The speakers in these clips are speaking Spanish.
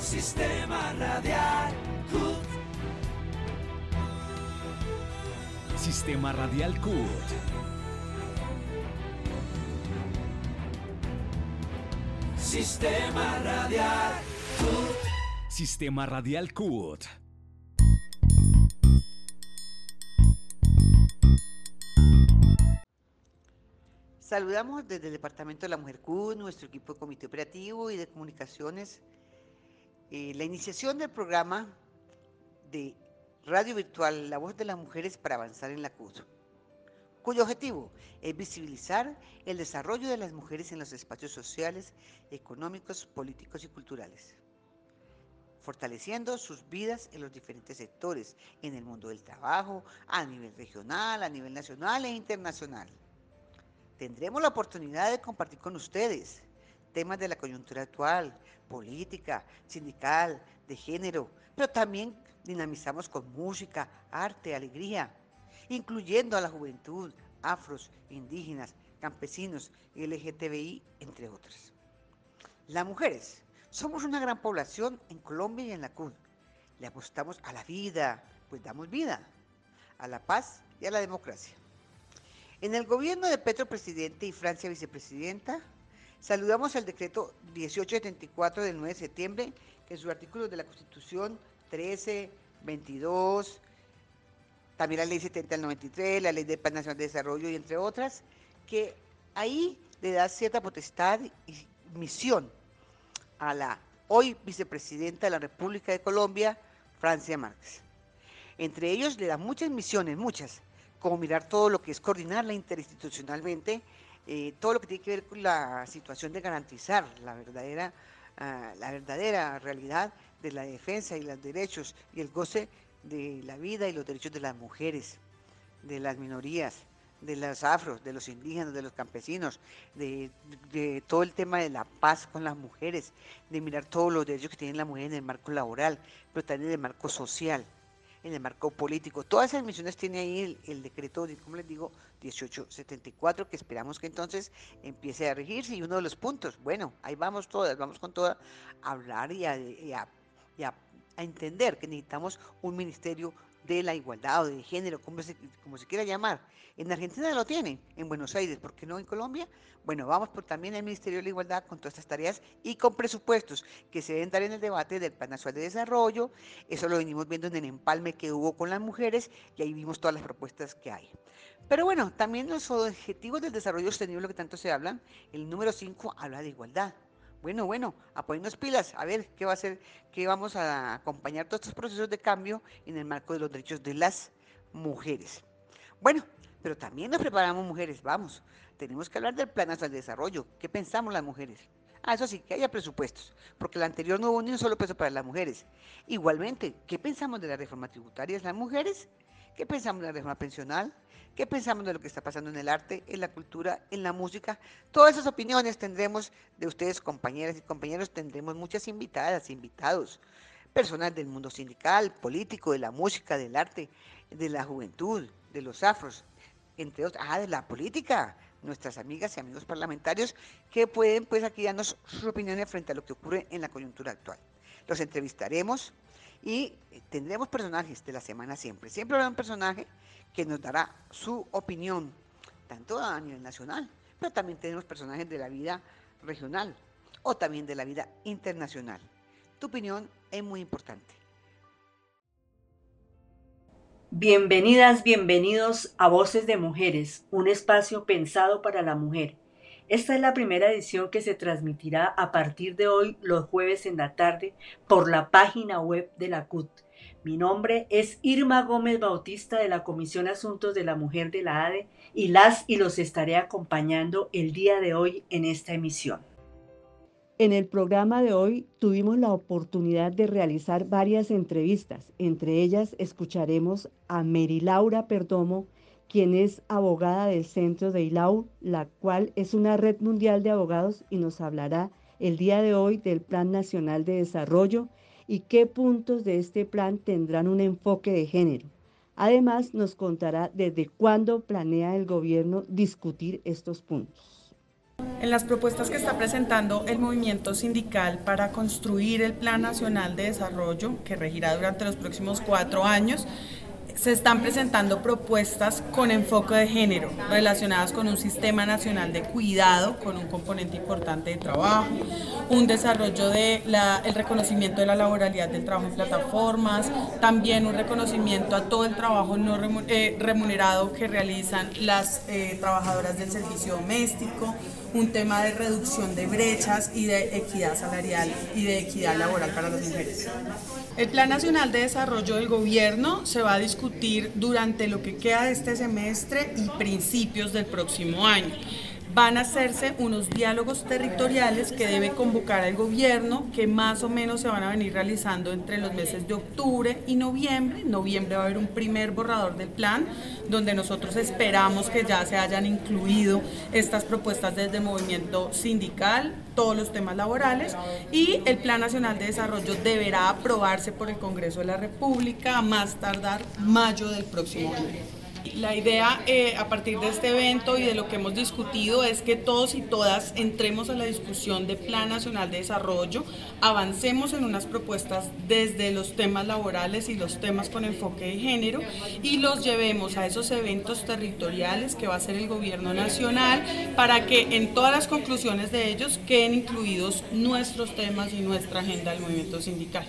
Sistema Radial CUT. Sistema Radial CUT. Sistema Radial CUT. Sistema Radial CUT. Saludamos desde el Departamento de la Mujer CUT, nuestro equipo de comité operativo y de comunicaciones, la iniciación del programa de radio virtual La Voz de las Mujeres para avanzar en la CUT, cuyo objetivo es visibilizar el desarrollo de las mujeres en los espacios sociales, económicos, políticos y culturales, fortaleciendo sus vidas en los diferentes sectores, en el mundo del trabajo, a nivel regional, a nivel nacional e internacional. Tendremos la oportunidad de compartir con ustedes temas de la coyuntura actual, política, sindical, de género, pero también dinamizamos con música, arte, alegría, incluyendo a la juventud, afros, indígenas, campesinos, LGTBI, entre otras. Las mujeres somos una gran población en Colombia y en la CUT. Le apostamos a la vida, pues damos vida, a la paz y a la democracia. En el gobierno de Petro presidente y Francia vicepresidenta, saludamos el decreto 1874 del 9 de septiembre, que en sus artículos de la Constitución 13, 22, también la ley 70 del 93, la ley del Plan Nacional de Desarrollo y entre otras, que ahí le da cierta potestad y misión a la hoy vicepresidenta de la República de Colombia, Francia Márquez. Entre ellos le da muchas misiones, muchas, como mirar todo lo que es coordinarla interinstitucionalmente, todo lo que tiene que ver con la situación de garantizar la verdadera realidad de la defensa y los derechos y el goce de la vida y los derechos de las mujeres, de las minorías, de los afros, de los indígenas, de los campesinos, de todo el tema de la paz con las mujeres, de mirar todos los derechos que tiene la mujer en el marco laboral, pero también en el marco social, en el marco político. Todas esas misiones tiene ahí el decreto, como les digo, 1874, que esperamos que entonces empiece a regirse. Y uno de los puntos, bueno, ahí vamos todas, vamos con todas a hablar y a entender que necesitamos un ministerio de la igualdad o de género, como se quiera llamar. En Argentina lo tienen, en Buenos Aires, ¿por qué no en Colombia? Bueno, vamos por también el Ministerio de la Igualdad con todas estas tareas y con presupuestos que se deben dar en el debate del Plan Nacional de Desarrollo. Eso lo venimos viendo en el empalme que hubo con las mujeres y ahí vimos todas las propuestas que hay. Pero bueno, también los objetivos del desarrollo sostenible que tanto se hablan, el número 5 habla de igualdad. Bueno, a ponernos pilas, a ver qué va a hacer, qué vamos a acompañar todos estos procesos de cambio en el marco de los derechos de las mujeres. Bueno, pero también nos preparamos mujeres, vamos, tenemos que hablar del Plan Nacional de Desarrollo. ¿Qué pensamos las mujeres? Eso sí, que haya presupuestos, porque el anterior no hubo ni un solo peso para las mujeres. Igualmente, ¿qué pensamos de la reforma tributaria de las mujeres? ¿Qué pensamos de la reforma pensional? ¿Qué pensamos de lo que está pasando en el arte, en la cultura, en la música? Todas esas opiniones tendremos de ustedes, compañeras y compañeros, tendremos muchas invitadas, invitados, personas del mundo sindical, político, de la música, del arte, de la juventud, de los afros, entre otros, de la política, nuestras amigas y amigos parlamentarios que pueden pues aquí darnos sus opiniones frente a lo que ocurre en la coyuntura actual. Los entrevistaremos y tendremos personajes de la semana siempre habrá un personaje que nos dará su opinión, tanto a nivel nacional, pero también tenemos personajes de la vida regional o también de la vida internacional. Tu opinión es muy importante. Bienvenidas, bienvenidos a Voces de Mujeres, un espacio pensado para la mujer. Esta es la primera edición que se transmitirá a partir de hoy los jueves en la tarde por la página web de la CUT. Mi nombre es Irma Gómez Bautista de la Comisión Asuntos de la Mujer de la ADE y los estaré acompañando el día de hoy en esta emisión. En el programa de hoy tuvimos la oportunidad de realizar varias entrevistas. Entre ellas escucharemos a Mary Laura Perdomo, quien es abogada del Centro de ILAU, la cual es una red mundial de abogados y nos hablará el día de hoy del Plan Nacional de Desarrollo y qué puntos de este plan tendrán un enfoque de género. Además, nos contará desde cuándo planea el gobierno discutir estos puntos. En las propuestas que está presentando el movimiento sindical para construir el Plan Nacional de Desarrollo, que regirá durante los próximos 4 años, se están presentando propuestas con enfoque de género relacionadas con un sistema nacional de cuidado con un componente importante de trabajo, un desarrollo del reconocimiento de la laboralidad del trabajo en plataformas, también un reconocimiento a todo el trabajo no remunerado que realizan las trabajadoras del servicio doméstico, un tema de reducción de brechas y de equidad salarial y de equidad laboral para las mujeres. El Plan Nacional de Desarrollo del Gobierno se va a discutir durante lo que queda de este semestre y principios del próximo año. Van a hacerse unos diálogos territoriales que debe convocar el gobierno, que más o menos se van a venir realizando entre los meses de octubre y noviembre. En noviembre va a haber un primer borrador del plan, donde nosotros esperamos que ya se hayan incluido estas propuestas desde el movimiento sindical, todos los temas laborales, y el Plan Nacional de Desarrollo deberá aprobarse por el Congreso de la República a más tardar mayo del próximo año. La idea a partir de este evento y de lo que hemos discutido es que todos y todas entremos a la discusión de Plan Nacional de Desarrollo, avancemos en unas propuestas desde los temas laborales y los temas con enfoque de género y los llevemos a esos eventos territoriales que va a hacer el gobierno nacional para que en todas las conclusiones de ellos queden incluidos nuestros temas y nuestra agenda del movimiento sindical.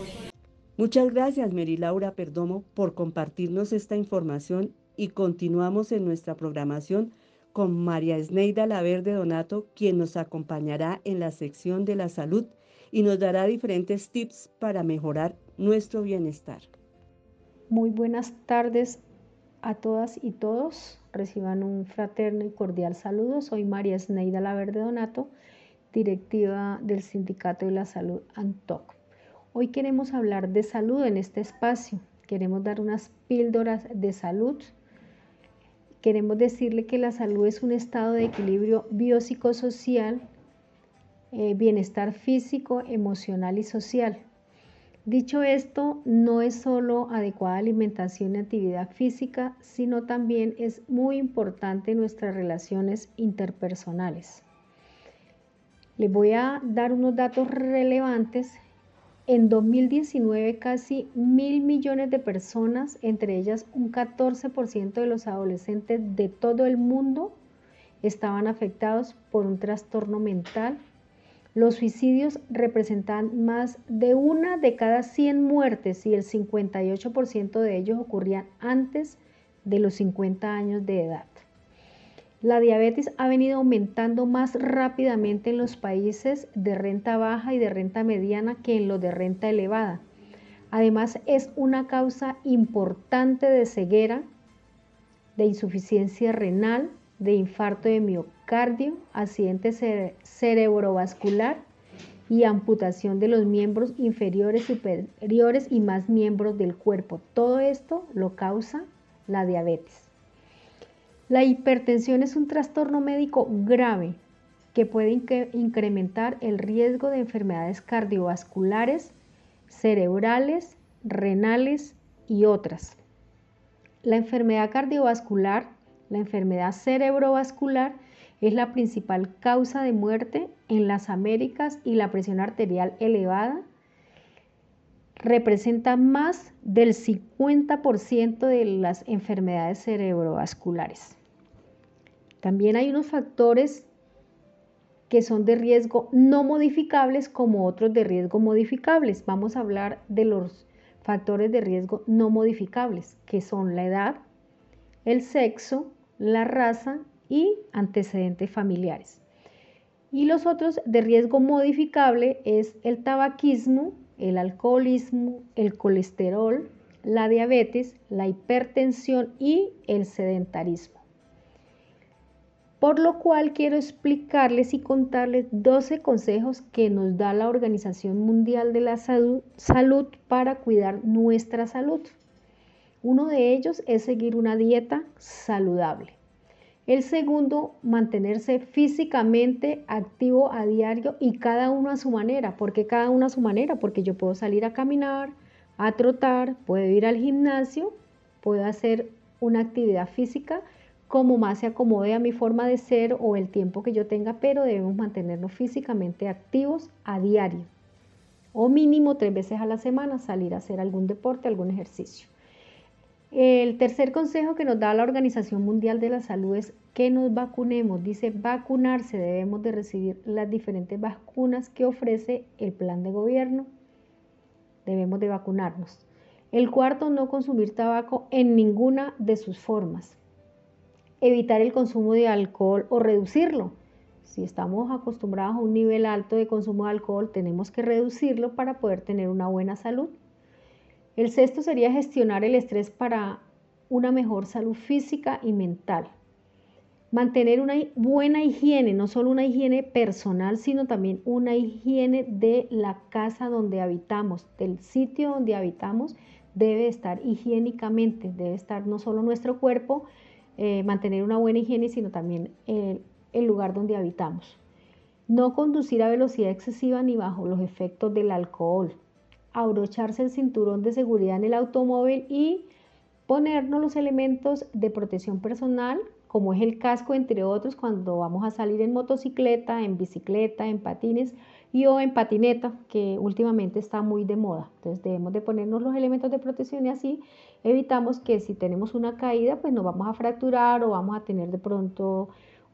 Muchas gracias, Mary Laura Perdomo, por compartirnos esta información y continuamos en nuestra programación con María Esneida Laverde Donato, quien nos acompañará en la sección de la salud y nos dará diferentes tips para mejorar nuestro bienestar. Muy buenas tardes a todas y todos. Reciban un fraterno y cordial saludo. Soy María Esneida Laverde Donato, directiva del Sindicato de la Salud ANTOC. Hoy queremos hablar de salud en este espacio, queremos dar unas píldoras de salud, queremos decirle que la salud es un estado de equilibrio biopsicosocial, bienestar físico, emocional y social. Dicho esto, no es solo adecuada alimentación y actividad física, sino también es muy importante nuestras relaciones interpersonales. Les voy a dar unos datos relevantes. En 2019, casi 1.000 millones de personas, entre ellas un 14% de los adolescentes de todo el mundo, estaban afectados por un trastorno mental. Los suicidios representan más de 1 de cada 100 muertes y el 58% de ellos ocurrían antes de los 50 años de edad. La diabetes ha venido aumentando más rápidamente en los países de renta baja y de renta mediana que en los de renta elevada. Además, es una causa importante de ceguera, de insuficiencia renal, de infarto de miocardio, accidente cerebrovascular y amputación de los miembros inferiores, superiores y más miembros del cuerpo. Todo esto lo causa la diabetes. La hipertensión es un trastorno médico grave que puede incrementar el riesgo de enfermedades cardiovasculares, cerebrales, renales y otras. La enfermedad cardiovascular, la enfermedad cerebrovascular, es la principal causa de muerte en las Américas y la presión arterial elevada representa más del 50% de las enfermedades cerebrovasculares. También hay unos factores que son de riesgo no modificables como otros de riesgo modificables. Vamos a hablar de los factores de riesgo no modificables, que son la edad, el sexo, la raza y antecedentes familiares. Y los otros de riesgo modificable es el tabaquismo, el alcoholismo, el colesterol, la diabetes, la hipertensión y el sedentarismo. Por lo cual quiero explicarles y contarles 12 consejos que nos da la Organización Mundial de la Salud para cuidar nuestra salud. Uno de ellos es seguir una dieta saludable. El segundo, mantenerse físicamente activo a diario y cada uno a su manera. ¿Por qué cada uno a su manera? Porque yo puedo salir a caminar, a trotar, puedo ir al gimnasio, puedo hacer una actividad física, como más se acomode a mi forma de ser o el tiempo que yo tenga, pero debemos mantenernos físicamente activos a diario o mínimo 3 veces a la semana salir a hacer algún deporte, algún ejercicio. El tercer consejo que nos da la Organización Mundial de la Salud es que nos vacunemos. Dice vacunarse, debemos de recibir las diferentes vacunas que ofrece el plan de gobierno. Debemos de vacunarnos. El cuarto, no consumir tabaco en ninguna de sus formas. Evitar el consumo de alcohol o reducirlo. Si estamos acostumbrados a un nivel alto de consumo de alcohol, tenemos que reducirlo para poder tener una buena salud. El sexto sería gestionar el estrés para una mejor salud física y mental. Mantener una buena higiene, no solo una higiene personal, sino también una higiene de la casa donde habitamos, del sitio donde habitamos, debe estar higiénicamente, debe estar no solo nuestro cuerpo, mantener una buena higiene, sino también el lugar donde habitamos. No conducir a velocidad excesiva ni bajo los efectos del alcohol. Abrocharse el cinturón de seguridad en el automóvil y ponernos los elementos de protección personal, como es el casco, entre otros, cuando vamos a salir en motocicleta, en bicicleta, en patines o en patineta, que últimamente está muy de moda. Entonces debemos de ponernos los elementos de protección y así evitamos que si tenemos una caída, pues nos vamos a fracturar o vamos a tener de pronto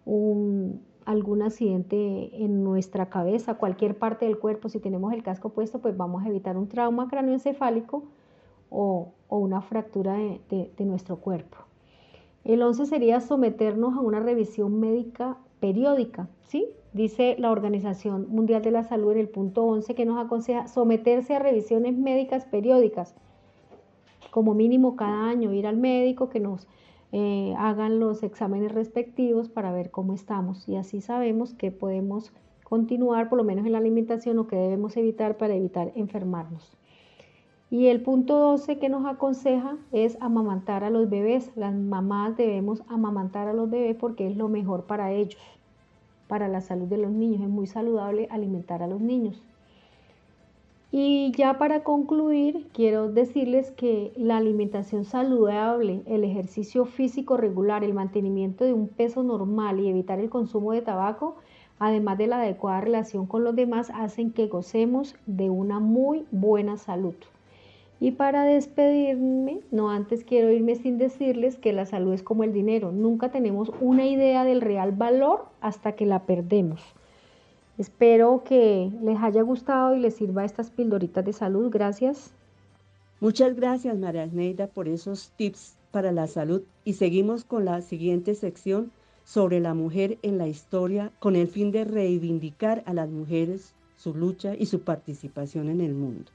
algún accidente en nuestra cabeza, cualquier parte del cuerpo. Si tenemos el casco puesto, pues vamos a evitar un trauma cráneoencefálico o una fractura de nuestro cuerpo. El 11 sería someternos a una revisión médica periódica, ¿sí? Dice la Organización Mundial de la Salud en el punto 11 que nos aconseja someterse a revisiones médicas periódicas, como mínimo cada año, ir al médico que nos hagan los exámenes respectivos para ver cómo estamos y así sabemos que podemos continuar por lo menos en la alimentación o que debemos evitar para evitar enfermarnos. Y el punto 12 que nos aconseja es amamantar a los bebés. Las mamás debemos amamantar a los bebés porque es lo mejor para ellos, para la salud de los niños. Es muy saludable alimentar a los niños. Y ya para concluir, quiero decirles que la alimentación saludable, el ejercicio físico regular, el mantenimiento de un peso normal y evitar el consumo de tabaco, además de la adecuada relación con los demás, hacen que gocemos de una muy buena salud. Y para despedirme, no antes quiero irme sin decirles que la salud es como el dinero. Nunca tenemos una idea del real valor hasta que la perdemos. Espero que les haya gustado y les sirva estas pildoritas de salud. Gracias. Muchas gracias, María Neida, por esos tips para la salud. Y seguimos con la siguiente sección sobre la mujer en la historia, con el fin de reivindicar a las mujeres, su lucha y su participación en el mundo.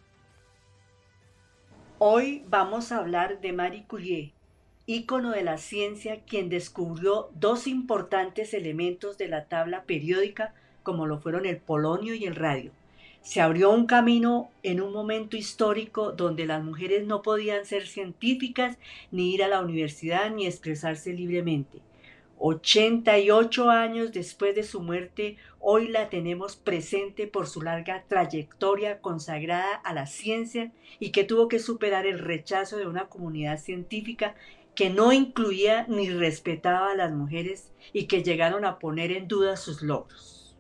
Hoy vamos a hablar de Marie Curie, ícono de la ciencia, quien descubrió dos importantes elementos de la tabla periódica, como lo fueron el polonio y el radio. Se abrió un camino en un momento histórico donde las mujeres no podían ser científicas, ni ir a la universidad, ni expresarse libremente. 88 años después de su muerte, hoy la tenemos presente por su larga trayectoria consagrada a la ciencia y que tuvo que superar el rechazo de una comunidad científica que no incluía ni respetaba a las mujeres y que llegaron a poner en duda sus logros.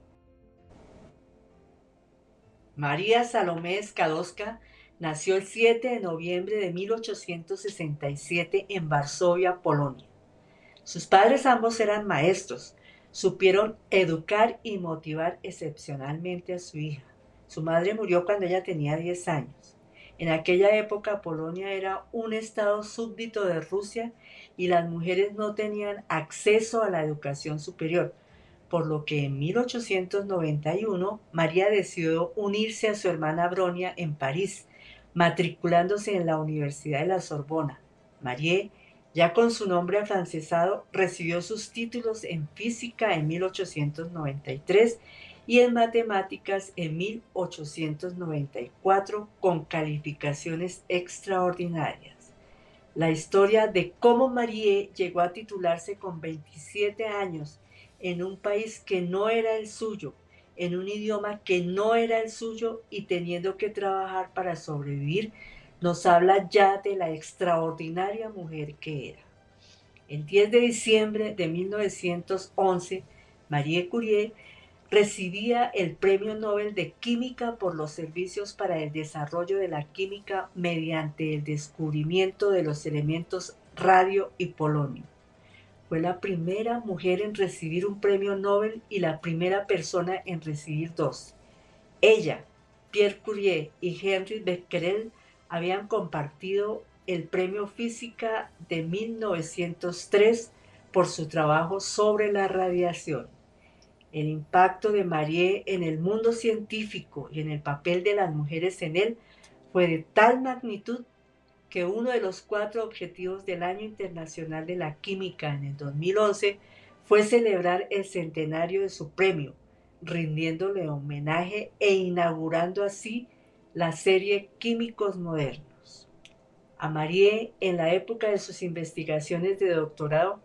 María Salomé Skłodowska nació el 7 de noviembre de 1867 en Varsovia, Polonia. Sus padres ambos eran maestros, supieron educar y motivar excepcionalmente a su hija. Su madre murió cuando ella tenía 10 años. En aquella época Polonia era un estado súbdito de Rusia y las mujeres no tenían acceso a la educación superior, por lo que en 1891 María decidió unirse a su hermana Bronia en París, matriculándose en la Universidad de la Sorbona. Marie, ya con su nombre afrancesado, recibió sus títulos en física en 1893 y en matemáticas en 1894 con calificaciones extraordinarias. La historia de cómo Marie llegó a titularse con 27 años en un país que no era el suyo, en un idioma que no era el suyo y teniendo que trabajar para sobrevivir, nos habla ya de la extraordinaria mujer que era. El 10 de diciembre de 1911, Marie Curie recibía el Premio Nobel de Química por los servicios para el desarrollo de la química mediante el descubrimiento de los elementos radio y polonio. Fue la primera mujer en recibir un premio Nobel y la primera persona en recibir dos. Ella, Pierre Curie y Henri Becquerel habían compartido el Premio Física de 1903 por su trabajo sobre la radiación. El impacto de Marie en el mundo científico y en el papel de las mujeres en él fue de tal magnitud que uno de los 4 objetivos del Año Internacional de la Química en el 2011 fue celebrar el centenario de su premio, rindiéndole homenaje e inaugurando así la serie Químicos Modernos. A Marie, en la época de sus investigaciones de doctorado,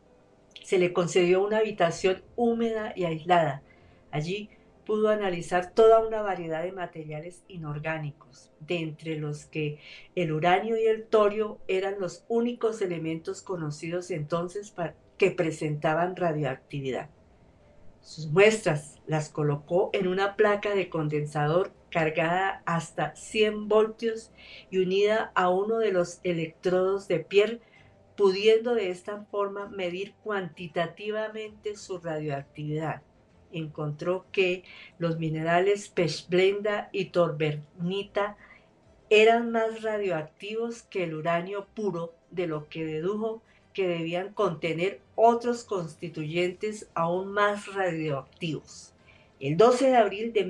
se le concedió una habitación húmeda y aislada. Allí pudo analizar toda una variedad de materiales inorgánicos, de entre los que el uranio y el torio eran los únicos elementos conocidos entonces que presentaban radioactividad. Sus muestras las colocó en una placa de condensador cargada hasta 100 voltios y unida a uno de los electrodos de Pierre, pudiendo de esta forma medir cuantitativamente su radioactividad. Encontró que los minerales pechblenda y torbernita eran más radioactivos que el uranio puro, de lo que dedujo que debían contener otros constituyentes aún más radioactivos. El 12 de abril de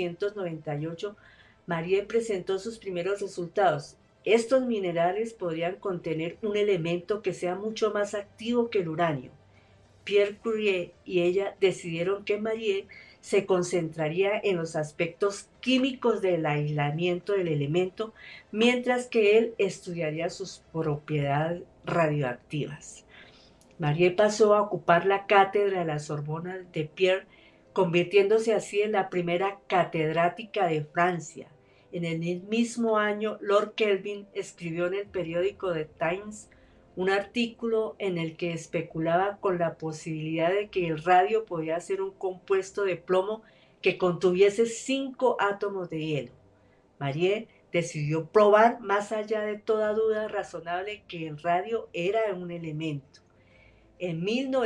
1898, Marie presentó sus primeros resultados. Estos minerales podrían contener un elemento que sea mucho más activo que el uranio. Pierre Curie y ella decidieron que Marie se concentraría en los aspectos químicos del aislamiento del elemento, mientras que él estudiaría sus propiedades radioactivas. Marie pasó a ocupar la cátedra de la Sorbona de Pierre, convirtiéndose así en la primera catedrática de Francia. En el mismo año, Lord Kelvin escribió en el periódico The Times un artículo en el que especulaba con la posibilidad de que el radio podía ser un compuesto de plomo que contuviese 5 átomos de hielo. Marie decidió probar, más allá de toda duda razonable, que el radio era un elemento. En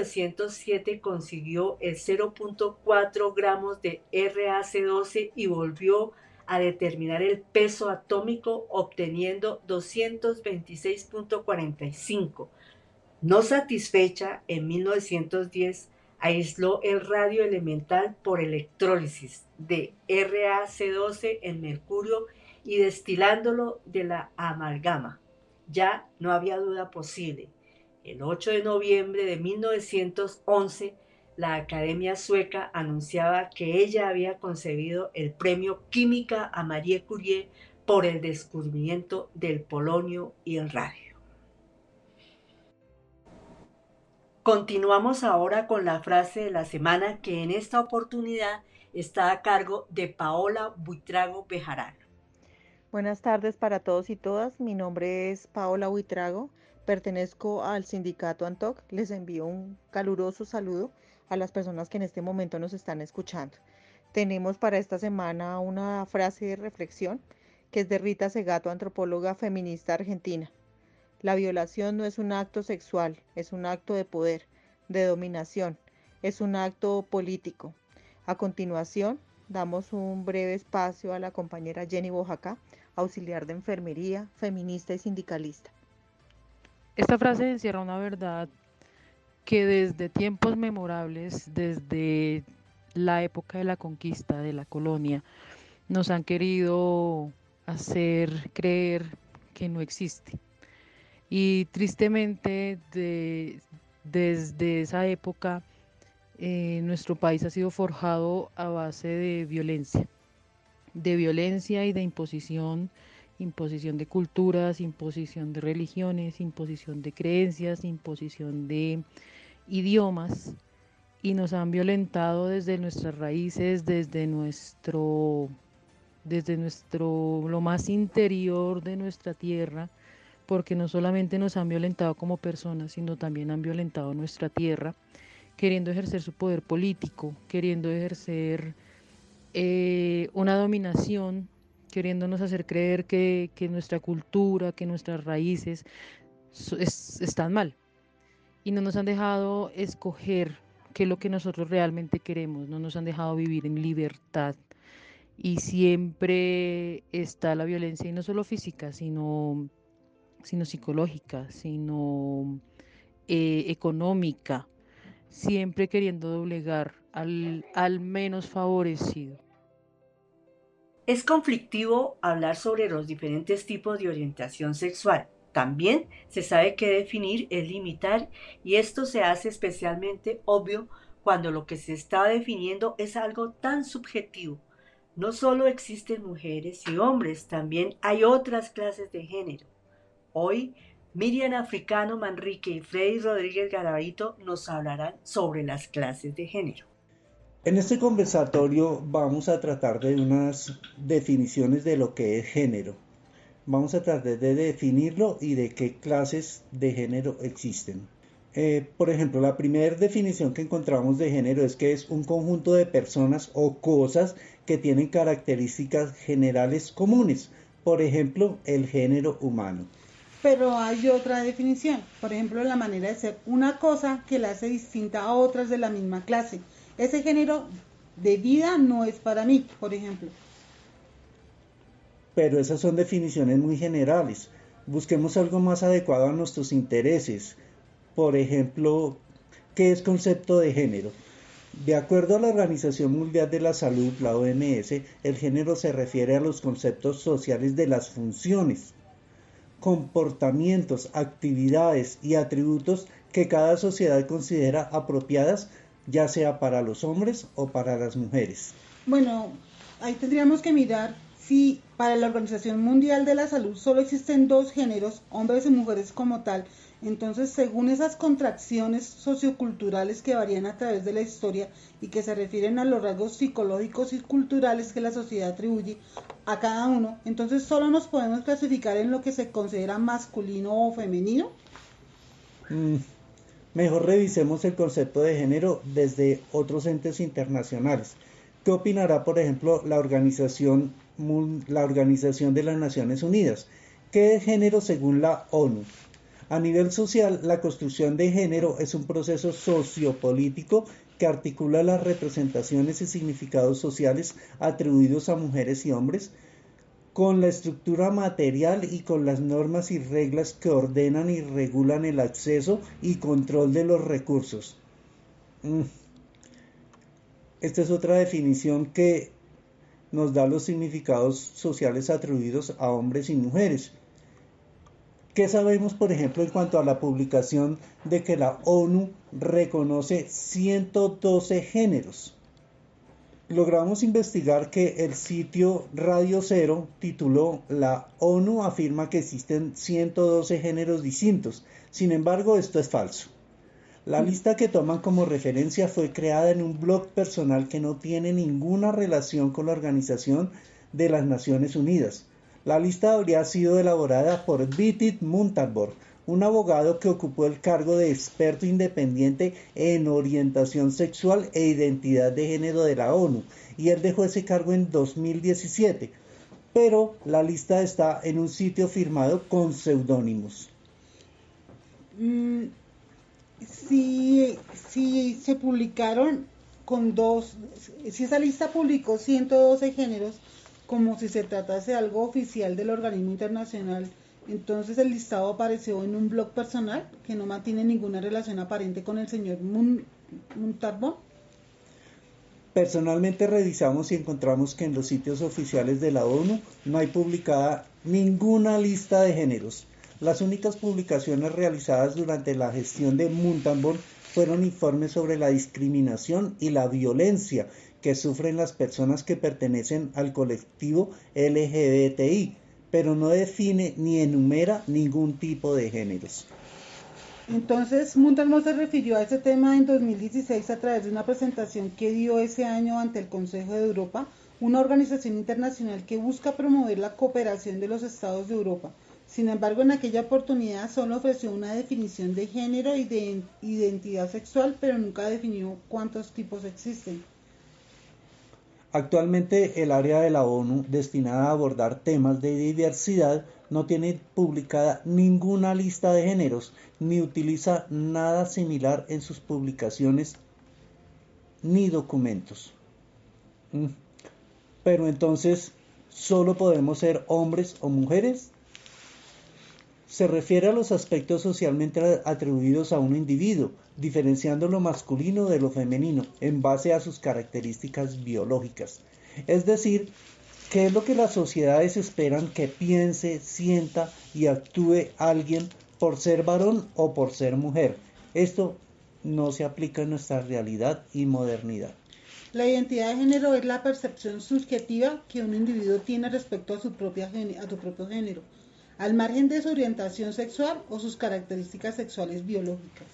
1907 consiguió el 0.4 gramos de RaC12 y volvió a determinar el peso atómico obteniendo 226.45. No satisfecha, en 1910 aisló el radio elemental por electrólisis de RaC12 en mercurio y destilándolo de la amalgama. Ya no había duda posible. El 8 de noviembre de 1911, la Academia Sueca anunciaba que ella había concedido el premio Química a Marie Curie por el descubrimiento del polonio y el radio. Continuamos ahora con la frase de la semana, que en esta oportunidad está a cargo de Paola Buitrago Bejarano. Buenas tardes para todos y todas. Mi nombre es Paola Buitrago. Pertenezco al sindicato ANTOC. Les envío un caluroso saludo a las personas que en este momento nos están escuchando. Tenemos para esta semana una frase de reflexión que es de Rita Segato, antropóloga feminista argentina. La violación no es un acto sexual, es un acto de poder, de dominación, es un acto político. A continuación, damos un breve espacio a la compañera Jenny Bojacá, auxiliar de enfermería, feminista y sindicalista. Esta frase encierra una verdad que desde tiempos memorables, desde la época de la conquista, de la colonia, nos han querido hacer creer que no existe. Y tristemente, desde esa época, nuestro país ha sido forjado a base de violencia y de imposición de culturas, imposición de religiones, imposición de creencias, imposición de idiomas, y nos han violentado desde nuestras raíces, desde lo más interior de nuestra tierra, porque no solamente nos han violentado como personas, sino también han violentado nuestra tierra, queriendo ejercer su poder político, queriendo ejercer una dominación, queriéndonos hacer creer que nuestra cultura, que nuestras raíces están mal. Y no nos han dejado escoger qué es lo que nosotros realmente queremos, no nos han dejado vivir en libertad. Y siempre está la violencia, y no solo física, sino psicológica, sino económica, siempre queriendo doblegar al menos favorecido. Es conflictivo hablar sobre los diferentes tipos de orientación sexual. También se sabe que definir es limitar, y esto se hace especialmente obvio cuando lo que se está definiendo es algo tan subjetivo. No solo existen mujeres y hombres, también hay otras clases de género. Hoy, Miriam Africano Manrique y Freddy Rodríguez Garavito nos hablarán sobre las clases de género. En este conversatorio vamos a tratar de unas definiciones de lo que es género. Vamos a tratar de definirlo y de qué clases de género existen. Por ejemplo, la primera definición que encontramos de género es que es un conjunto de personas o cosas que tienen características generales comunes. Por ejemplo, el género humano. Pero hay otra definición, por ejemplo, la manera de ser una cosa que la hace distinta a otras de la misma clase. Ese género de vida no es para mí, por ejemplo. Pero esas son definiciones muy generales. Busquemos algo más adecuado a nuestros intereses. Por ejemplo, ¿qué es concepto de género? De acuerdo a la Organización Mundial de la Salud, la OMS, el género se refiere a los conceptos sociales de las funciones, comportamientos, actividades y atributos que cada sociedad considera apropiadas, ya sea para los hombres o para las mujeres. Bueno, ahí tendríamos que mirar si para la Organización Mundial de la Salud solo existen dos géneros, hombres y mujeres como tal. Entonces, según esas contracciones socioculturales que varían a través de la historia y que se refieren a los rasgos psicológicos y culturales que la sociedad atribuye a cada uno, entonces solo nos podemos clasificar en lo que se considera masculino o femenino. Mejor revisemos el concepto de género desde otros entes internacionales. ¿Qué opinará, por ejemplo, la Organización de las Naciones Unidas? ¿Qué es género según la ONU? A nivel social, la construcción de género es un proceso sociopolítico que articula las representaciones y significados sociales atribuidos a mujeres y hombres con la estructura material y con las normas y reglas que ordenan y regulan el acceso y control de los recursos. Esta es otra definición que nos da los significados sociales atribuidos a hombres y mujeres. ¿Qué sabemos, por ejemplo, en cuanto a la publicación de que la ONU reconoce 112 géneros? Logramos investigar que el sitio Radio Cero tituló "La ONU afirma que existen 112 géneros distintos". Sin embargo, esto es falso. La lista que toman como referencia fue creada en un blog personal que no tiene ninguna relación con la Organización de las Naciones Unidas. La lista habría sido elaborada por Vitit Muntarbor, un abogado que ocupó el cargo de experto independiente en orientación sexual e identidad de género de la ONU, y él dejó ese cargo en 2017, pero la lista está en un sitio firmado con seudónimos. Si se publicaron con si esa lista publicó 112 géneros, como si se tratase de algo oficial del organismo internacional, entonces el listado apareció en un blog personal que no mantiene ninguna relación aparente con el señor Muntarbor. Personalmente revisamos y encontramos que en los sitios oficiales de la ONU no hay publicada ninguna lista de géneros. Las únicas publicaciones realizadas durante la gestión de Muntarbor fueron informes sobre la discriminación y la violencia que sufren las personas que pertenecen al colectivo LGBTI, pero no define ni enumera ningún tipo de géneros. Entonces, Muntarbor se refirió a ese tema en 2016 a través de una presentación que dio ese año ante el Consejo de Europa, una organización internacional que busca promover la cooperación de los estados de Europa. Sin embargo, en aquella oportunidad solo ofreció una definición de género y de identidad sexual, pero nunca definió cuántos tipos existen. Actualmente el área de la ONU destinada a abordar temas de diversidad no tiene publicada ninguna lista de géneros, ni utiliza nada similar en sus publicaciones ni documentos. Pero entonces, ¿solo podemos ser hombres o mujeres? Se refiere a los aspectos socialmente atribuidos a un individuo, diferenciando lo masculino de lo femenino en base a sus características biológicas. Es decir, ¿qué es lo que las sociedades esperan que piense, sienta y actúe alguien por ser varón o por ser mujer? Esto no se aplica en nuestra realidad y modernidad. La identidad de género es la percepción subjetiva que un individuo tiene respecto a su propio género, al margen de su orientación sexual o sus características sexuales biológicas.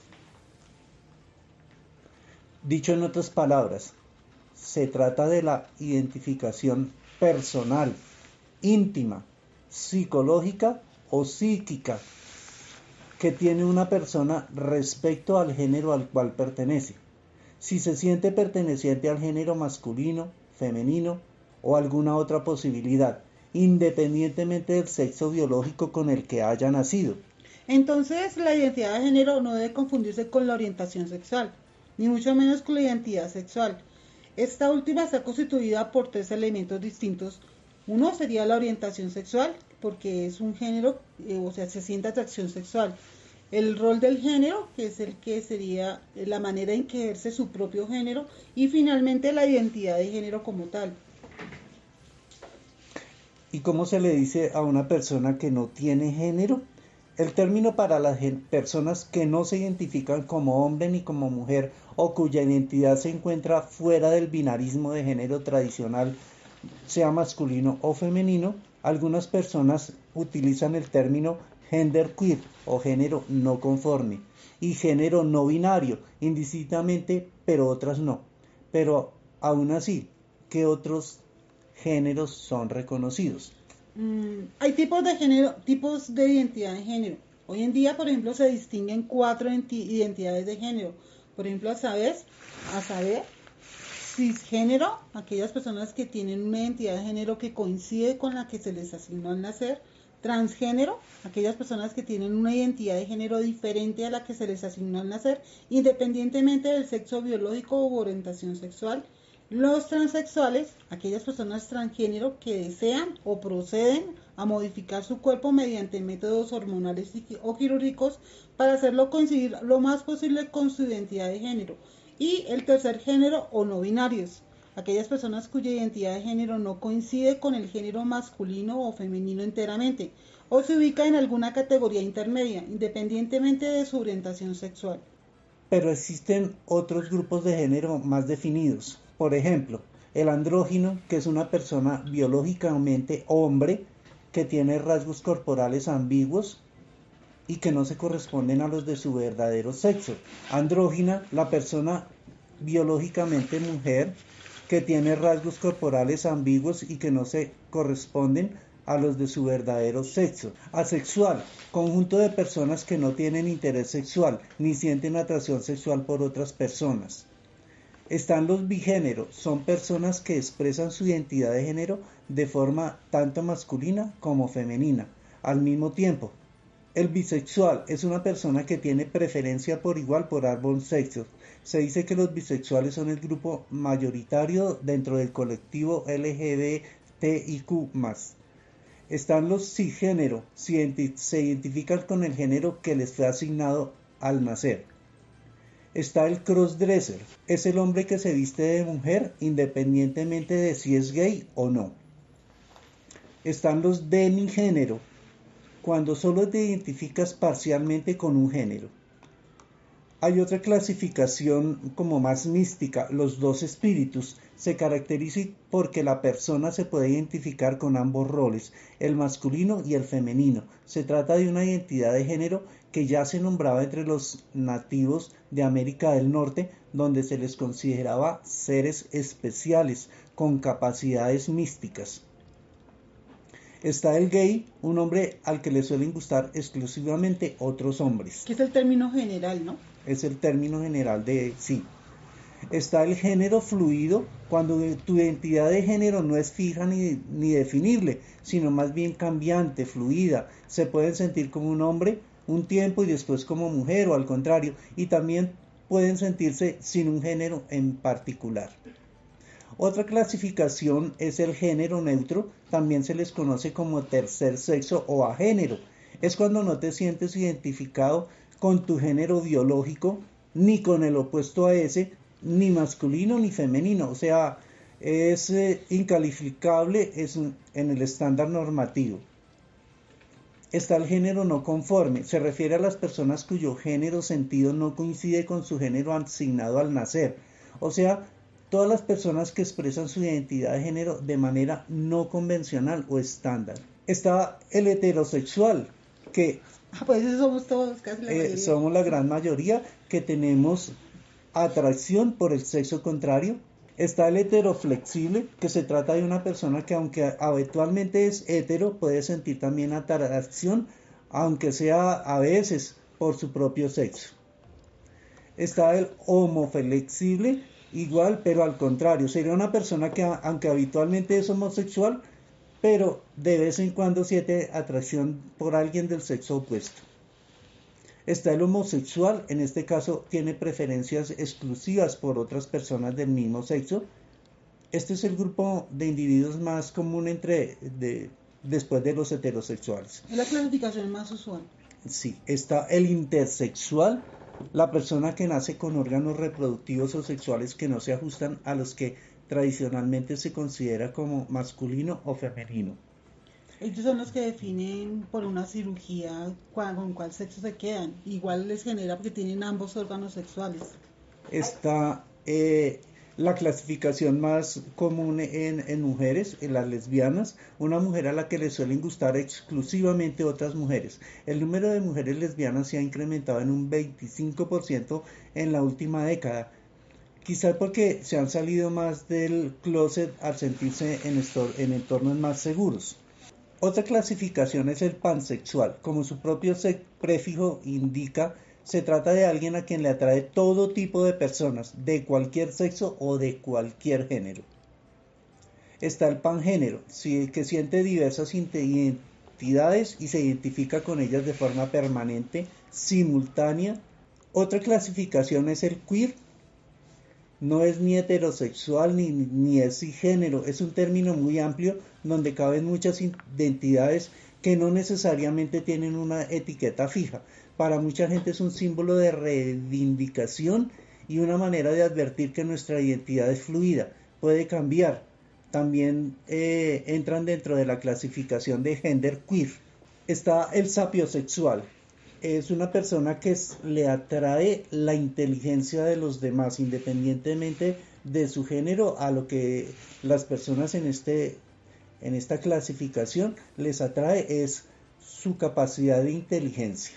Dicho en otras palabras, se trata de la identificación personal, íntima, psicológica o psíquica que tiene una persona respecto al género al cual pertenece. Si se siente perteneciente al género masculino, femenino o alguna otra posibilidad, independientemente del sexo biológico con el que haya nacido. Entonces, la identidad de género no debe confundirse con la orientación sexual, ni mucho menos con la identidad sexual. Esta última está constituida por 3 elementos distintos. Uno sería la orientación sexual, porque es un género, se siente atracción sexual. El rol del género, que es el que sería la manera en que ejerce su propio género, y finalmente la identidad de género como tal. ¿Y cómo se le dice a una persona que no tiene género? El término para las personas que no se identifican como hombre ni como mujer o cuya identidad se encuentra fuera del binarismo de género tradicional, sea masculino o femenino, algunas personas utilizan el término genderqueer o género no conforme y género no binario indistintamente, pero otras no. Pero aún así, ¿qué otros géneros son reconocidos? Hay tipos de identidad de género. Hoy en día, por ejemplo, se distinguen 4 identidades de género. Por ejemplo, a saber, cisgénero, aquellas personas que tienen una identidad de género que coincide con la que se les asignó al nacer. Transgénero, aquellas personas que tienen una identidad de género diferente a la que se les asignó al nacer, independientemente del sexo biológico u orientación sexual. Los transexuales, aquellas personas transgénero que desean o proceden a modificar su cuerpo mediante métodos hormonales o quirúrgicos para hacerlo coincidir lo más posible con su identidad de género. Y el tercer género o no binarios, aquellas personas cuya identidad de género no coincide con el género masculino o femenino enteramente, o se ubica en alguna categoría intermedia, independientemente de su orientación sexual. Pero existen otros grupos de género más definidos. Por ejemplo, el andrógino, que es una persona biológicamente hombre que tiene rasgos corporales ambiguos y que no se corresponden a los de su verdadero sexo. Andrógina, la persona biológicamente mujer que tiene rasgos corporales ambiguos y que no se corresponden a los de su verdadero sexo. Asexual, conjunto de personas que no tienen interés sexual ni sienten atracción sexual por otras personas. Están los bigéneros, son personas que expresan su identidad de género de forma tanto masculina como femenina al mismo tiempo. El bisexual es una persona que tiene preferencia por igual por ambos sexos. Se dice que los bisexuales son el grupo mayoritario dentro del colectivo LGBTIQ+. Están los cisgénero, se identifican con el género que les fue asignado al nacer. Está el crossdresser, es el hombre que se viste de mujer independientemente de si es gay o no. Están los demigénero, cuando solo te identificas parcialmente con un género. Hay otra clasificación como más mística, los dos espíritus. Se caracteriza porque la persona se puede identificar con ambos roles, el masculino y el femenino. Se trata de una identidad de género que ya se nombraba entre los nativos de América del Norte, donde se les consideraba seres especiales con capacidades místicas. Está el gay, un hombre al que le suelen gustar exclusivamente otros hombres. Que es el término general, ¿no? Es el término general de sí. Está el género fluido, cuando tu identidad de género no es fija ni definible, sino más bien cambiante, fluida. Se pueden sentir como un hombre un tiempo y después como mujer o al contrario, y también pueden sentirse sin un género en particular. Otra clasificación es el género neutro, también se les conoce como tercer sexo o agénero. Es cuando no te sientes identificado con tu género biológico, ni con el opuesto a ese, ni masculino ni femenino, o sea, es incalificable en el estándar normativo. Está el género no conforme, se refiere a las personas cuyo género sentido no coincide con su género asignado al nacer, o sea, todas las personas que expresan su identidad de género de manera no convencional o estándar. Está el heterosexual, que pues eso somos todos, casi la mayoría. Somos la gran mayoría que tenemos atracción por el sexo contrario. Está el heteroflexible, que se trata de una persona que aunque habitualmente es hetero, puede sentir también atracción, aunque sea a veces por su propio sexo. Está el homoflexible, igual, pero al contrario, sería una persona que aunque habitualmente es homosexual, pero de vez en cuando siente atracción por alguien del sexo opuesto. Está el homosexual, en este caso tiene preferencias exclusivas por otras personas del mismo sexo. Este es el grupo de individuos más común después de los heterosexuales. Es la clasificación más usual. Sí, está el intersexual, la persona que nace con órganos reproductivos o sexuales que no se ajustan a los que tradicionalmente se considera como masculino o femenino. Ellos son los que definen por una cirugía con cuál sexo se quedan. Igual les genera porque tienen ambos órganos sexuales. Está la clasificación más común en mujeres, en las lesbianas, una mujer a la que le suelen gustar exclusivamente otras mujeres. El número de mujeres lesbianas se ha incrementado en un 25% en la última década. Quizá porque se han salido más del closet al sentirse en entornos más seguros. Otra clasificación es el pansexual. Como su propio prefijo indica, se trata de alguien a quien le atrae todo tipo de personas, de cualquier sexo o de cualquier género. Está el pangénero, que siente diversas identidades y se identifica con ellas de forma permanente, simultánea. Otra clasificación es el queer. No es ni heterosexual ni es cisgénero, es un término muy amplio donde caben muchas identidades que no necesariamente tienen una etiqueta fija. Para mucha gente es un símbolo de reivindicación y una manera de advertir que nuestra identidad es fluida, puede cambiar. También entran dentro de la clasificación de gender queer. Está el sapiosexual. Es una persona que le atrae la inteligencia de los demás, independientemente de su género. A lo que las personas en esta clasificación les atrae es su capacidad de inteligencia.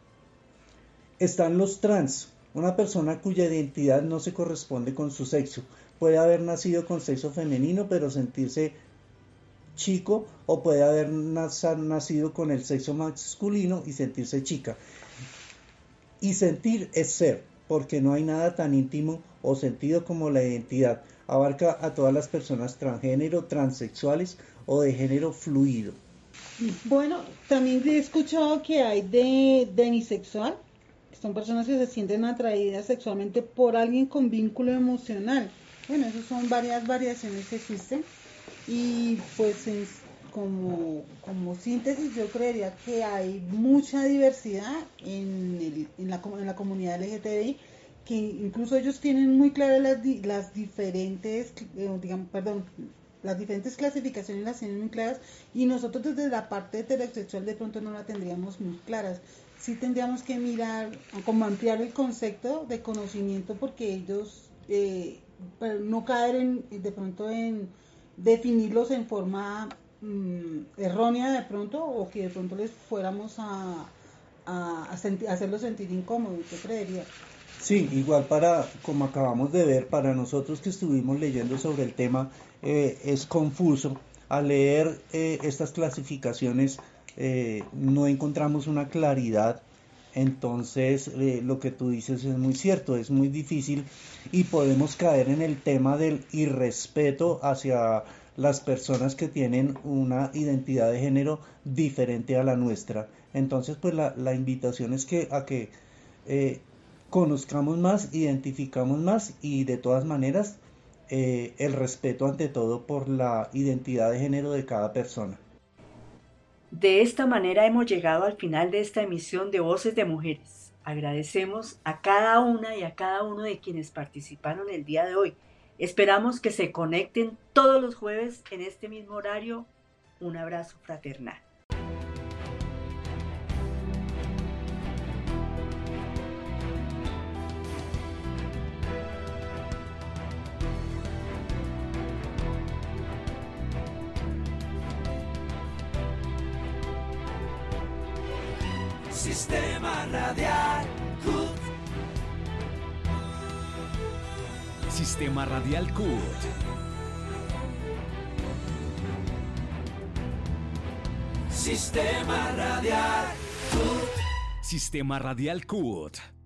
Están los trans, una persona cuya identidad no se corresponde con su sexo. Puede haber nacido con sexo femenino pero sentirse chico, o puede haber nacido con el sexo masculino y sentirse chica. Y sentir es ser, porque no hay nada tan íntimo o sentido como la identidad. Abarca a todas las personas transgénero, transexuales o de género fluido. Bueno, también he escuchado que hay de demisexual, que son personas que se sienten atraídas sexualmente por alguien con vínculo emocional. Bueno, esas son varias variaciones que existen. Y pues como síntesis yo creería que hay mucha diversidad en la comunidad LGTBI, que incluso ellos tienen muy claras las diferentes clasificaciones las tienen muy claras, y nosotros desde la parte heterosexual de pronto no la tendríamos muy claras. Sí tendríamos que mirar, como ampliar el concepto de conocimiento, porque ellos para no caer de pronto en definirlos en forma errónea de pronto, o que de pronto les fuéramos a hacerlos sentir incómodos, yo creería. Sí, igual como acabamos de ver, para nosotros que estuvimos leyendo sobre el tema, es confuso, al leer estas clasificaciones no encontramos una claridad. Entonces lo que tú dices es muy cierto, es muy difícil y podemos caer en el tema del irrespeto hacia las personas que tienen una identidad de género diferente a la nuestra. Entonces pues la invitación es a que conozcamos más, identificamos más y de todas maneras el respeto ante todo por la identidad de género de cada persona. De esta manera hemos llegado al final de esta emisión de Voces de Mujeres. Agradecemos a cada una y a cada uno de quienes participaron el día de hoy. Esperamos que se conecten todos los jueves en este mismo horario. Un abrazo fraternal. Sistema Radial CUT. Sistema Radial CUT. Sistema Radial CUT. Sistema Radial CUT.